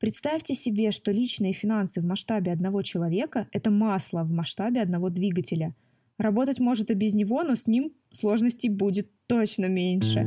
Представьте себе, что личные финансы в масштабе одного человека– это масло в масштабе одного двигателя. Работать может и без него, но с ним сложностей будет точно меньше.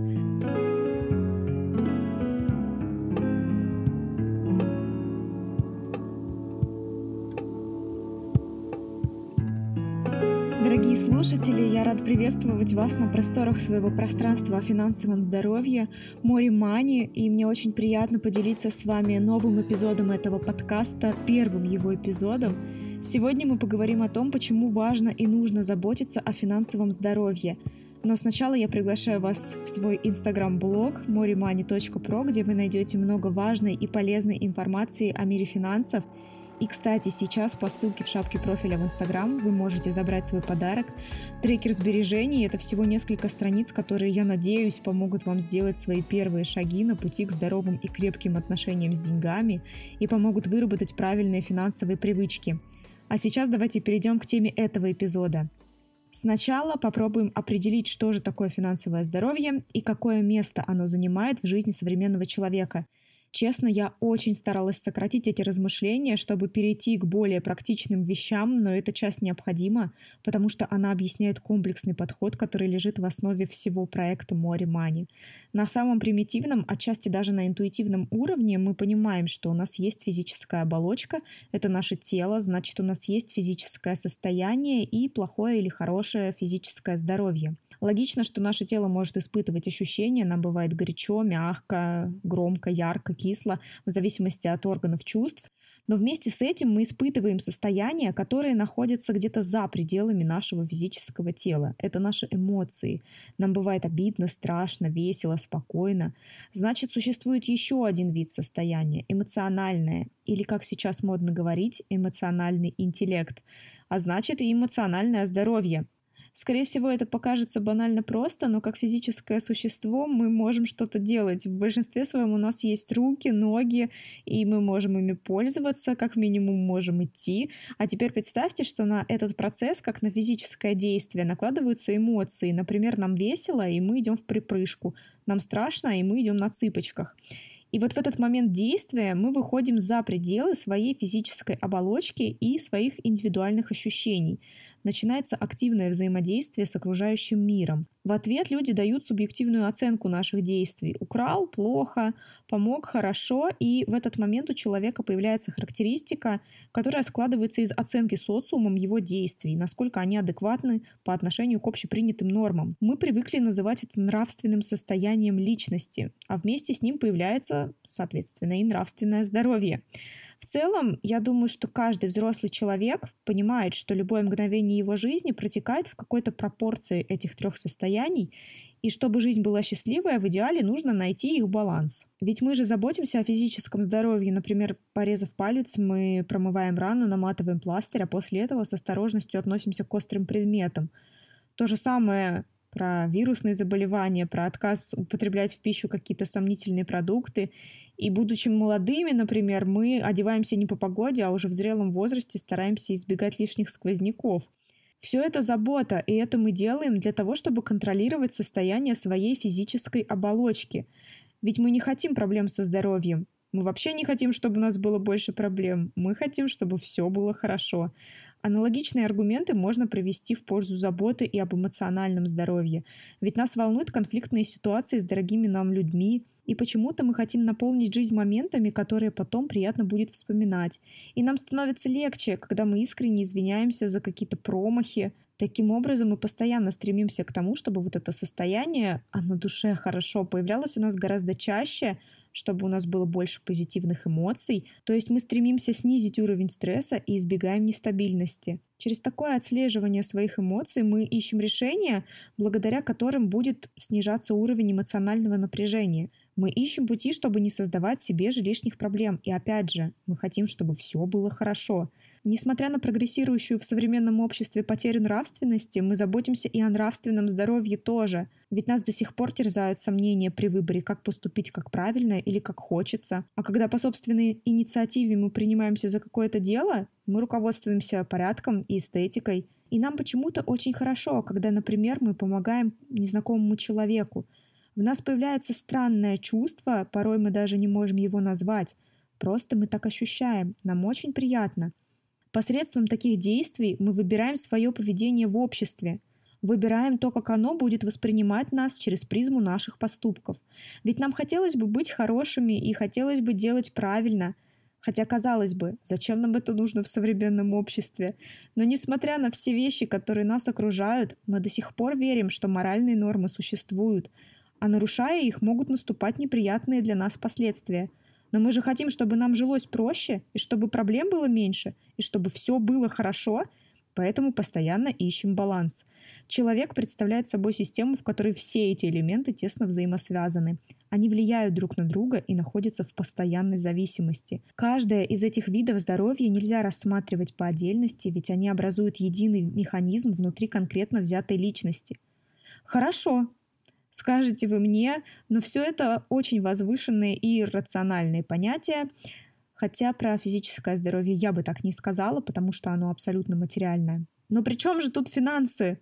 Дорогие слушатели, я рада приветствовать вас на просторах своего пространства о финансовом здоровье More Money, и мне очень приятно поделиться с вами новым эпизодом этого подкаста, первым его эпизодом. Сегодня мы поговорим о том, почему важно и нужно заботиться о финансовом здоровье. Но сначала я приглашаю вас в свой инстаграм-блог moremoney.pro, где вы найдете много важной и полезной информации о мире финансов. И, кстати, сейчас по ссылке в шапке профиля в Инстаграм вы можете забрать свой подарок. Трекер сбережений – это всего несколько страниц, которые, я надеюсь, помогут вам сделать свои первые шаги на пути к здоровым и крепким отношениям с деньгами и помогут выработать правильные финансовые привычки. А сейчас давайте перейдем к теме этого эпизода. Сначала попробуем определить, что же такое финансовое здоровье и какое место оно занимает в жизни современного человека. Честно, я очень старалась сократить эти размышления, чтобы перейти к более практичным вещам, но эта часть необходима, потому что она объясняет комплексный подход, который лежит в основе всего проекта More Money. На самом примитивном, отчасти даже на интуитивном уровне мы понимаем, что у нас есть физическая оболочка, это наше тело, значит, у нас есть физическое состояние и плохое или хорошее физическое здоровье. Логично, что наше тело может испытывать ощущения, нам бывает горячо, мягко, громко, ярко, кисло, в зависимости от органов чувств. Но вместе с этим мы испытываем состояния, которые находятся где-то за пределами нашего физического тела. Это наши эмоции. Нам бывает обидно, страшно, весело, спокойно. Значит, существует еще один вид состояния – эмоциональное. Или, как сейчас модно говорить, эмоциональный интеллект. А значит, и эмоциональное здоровье. Скорее всего, это покажется банально просто, но как физическое существо мы можем что-то делать. В большинстве своем у нас есть руки, ноги, и мы можем ими пользоваться, как минимум можем идти. А теперь представьте, что на этот процесс, как на физическое действие, накладываются эмоции. Например, нам весело, и мы идем в припрыжку. Нам страшно, и мы идем на цыпочках. И вот в этот момент действия мы выходим за пределы своей физической оболочки и своих индивидуальных ощущений. Начинается активное взаимодействие с окружающим миром. В ответ люди дают субъективную оценку наших действий. Украл – плохо, помог – хорошо, и в этот момент у человека появляется характеристика, которая складывается из оценки социумом его действий, насколько они адекватны по отношению к общепринятым нормам. Мы привыкли называть это нравственным состоянием личности, а вместе с ним появляется, соответственно, и нравственное здоровье. В целом, я думаю, что каждый взрослый человек понимает, что любое мгновение его жизни протекает в какой-то пропорции этих трех состояний, и чтобы жизнь была счастливая, в идеале нужно найти их баланс. Ведь мы же заботимся о физическом здоровье. Например, порезав палец, мы промываем рану, наматываем пластырь, а после этого с осторожностью относимся к острым предметам. То же самое про вирусные заболевания, про отказ употреблять в пищу какие-то сомнительные продукты. И будучи молодыми, например, мы одеваемся не по погоде, а уже в зрелом возрасте стараемся избегать лишних сквозняков. Все это забота, и это мы делаем для того, чтобы контролировать состояние своей физической оболочки. Ведь мы не хотим проблем со здоровьем. Мы вообще не хотим, чтобы у нас было больше проблем. Мы хотим, чтобы все было хорошо. Аналогичные аргументы можно привести в пользу заботы и об эмоциональном здоровье. Ведь нас волнуют конфликтные ситуации с дорогими нам людьми, и почему-то мы хотим наполнить жизнь моментами, которые потом приятно будет вспоминать. И нам становится легче, когда мы искренне извиняемся за какие-то промахи. Таким образом, мы постоянно стремимся к тому, чтобы вот это состояние, на душе хорошо, появлялось у нас гораздо чаще, чтобы у нас было больше позитивных эмоций. То есть мы стремимся снизить уровень стресса и избегаем нестабильности. Через такое отслеживание своих эмоций мы ищем решения, благодаря которым будет снижаться уровень эмоционального напряжения. Мы ищем пути, чтобы не создавать себе же лишних проблем. И опять же, мы хотим, чтобы все было хорошо. Несмотря на прогрессирующую в современном обществе потерю нравственности, мы заботимся и о нравственном здоровье тоже. Ведь нас до сих пор терзают сомнения при выборе, как поступить, как правильно или как хочется. А когда по собственной инициативе мы принимаемся за какое-то дело, мы руководствуемся порядком и эстетикой. И нам почему-то очень хорошо, когда, например, мы помогаем незнакомому человеку. В нас появляется странное чувство, порой мы даже не можем его назвать. просто мы так ощущаем, нам очень приятно. Посредством таких действий мы выбираем свое поведение в обществе, выбираем то, как оно будет воспринимать нас через призму наших поступков. Ведь нам хотелось бы быть хорошими и хотелось бы делать правильно. Хотя, казалось бы, зачем нам это нужно в современном обществе? Но несмотря на все вещи, которые нас окружают, мы до сих пор верим, что моральные нормы существуют, а нарушая их, могут наступать неприятные для нас последствия. Но мы же хотим, чтобы нам жилось проще, и чтобы проблем было меньше, и чтобы все было хорошо, поэтому постоянно ищем баланс. Человек представляет собой систему, в которой все эти элементы тесно взаимосвязаны. Они влияют друг на друга и находятся в постоянной зависимости. Каждое из этих видов здоровья нельзя рассматривать по отдельности, ведь они образуют единый механизм внутри конкретно взятой личности. Хорошо, скажете вы мне, но все это очень возвышенные и рациональные понятия, хотя про физическое здоровье я бы так не сказала, потому что оно абсолютно материальное. Но при чем же тут финансы?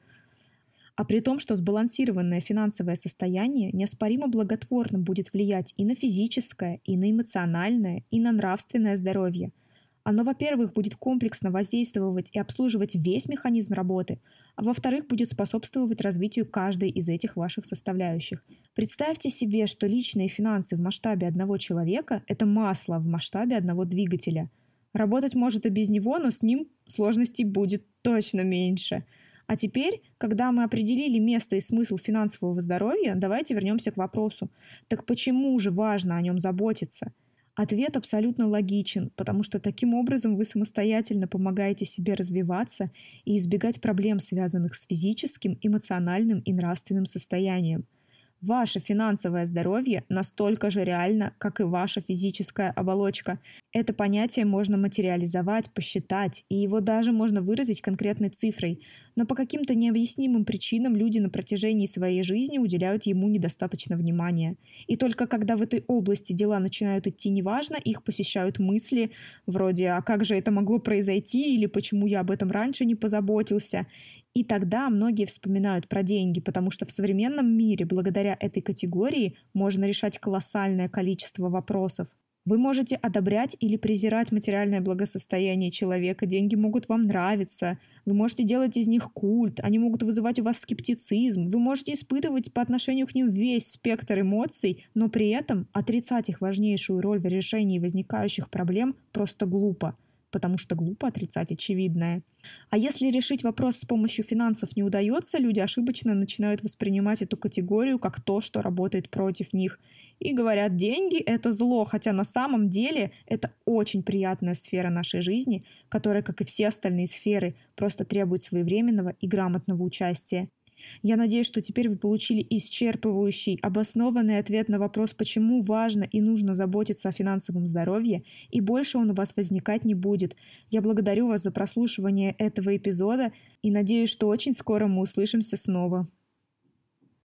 А при том, что сбалансированное финансовое состояние неоспоримо благотворно будет влиять и на физическое, и на эмоциональное, и на нравственное здоровье. Оно, во-первых, будет комплексно воздействовать и обслуживать весь механизм работы, а во-вторых, будет способствовать развитию каждой из этих ваших составляющих. Представьте себе, что личные финансы в масштабе одного человека – это масло в масштабе одного двигателя. Работать может и без него, но с ним сложностей будет точно меньше. А теперь, когда мы определили место и смысл финансового здоровья, давайте вернемся к вопросу. Так почему же важно о нем заботиться? Ответ абсолютно логичен, потому что таким образом вы самостоятельно помогаете себе развиваться и избегать проблем, связанных с физическим, эмоциональным и нравственным состоянием. Ваше финансовое здоровье настолько же реально, как и ваша физическая оболочка. Это понятие можно материализовать, посчитать, и его даже можно выразить конкретной цифрой. Но по каким-то необъяснимым причинам люди на протяжении своей жизни уделяют ему недостаточно внимания. И только когда в этой области дела начинают идти неважно, их посещают мысли вроде «а как же это могло произойти?» или «почему я об этом раньше не позаботился?». И тогда многие вспоминают про деньги, потому что в современном мире благодаря этой категории можно решать колоссальное количество вопросов. Вы можете одобрять или презирать материальное благосостояние человека, деньги могут вам нравиться, вы можете делать из них культ, они могут вызывать у вас скептицизм, вы можете испытывать по отношению к ним весь спектр эмоций, но при этом отрицать их важнейшую роль в решении возникающих проблем просто глупо. Потому что глупо отрицать очевидное. А если решить вопрос с помощью финансов не удается, люди ошибочно начинают воспринимать эту категорию как то, что работает против них. И говорят, деньги – это зло, хотя на самом деле это очень приятная сфера нашей жизни, которая, как и все остальные сферы, просто требует своевременного и грамотного участия. Я надеюсь, что теперь вы получили исчерпывающий, обоснованный ответ на вопрос, почему важно и нужно заботиться о финансовом здоровье, и больше он у вас возникать не будет. Я благодарю вас за прослушивание этого эпизода и надеюсь, что очень скоро мы услышимся снова.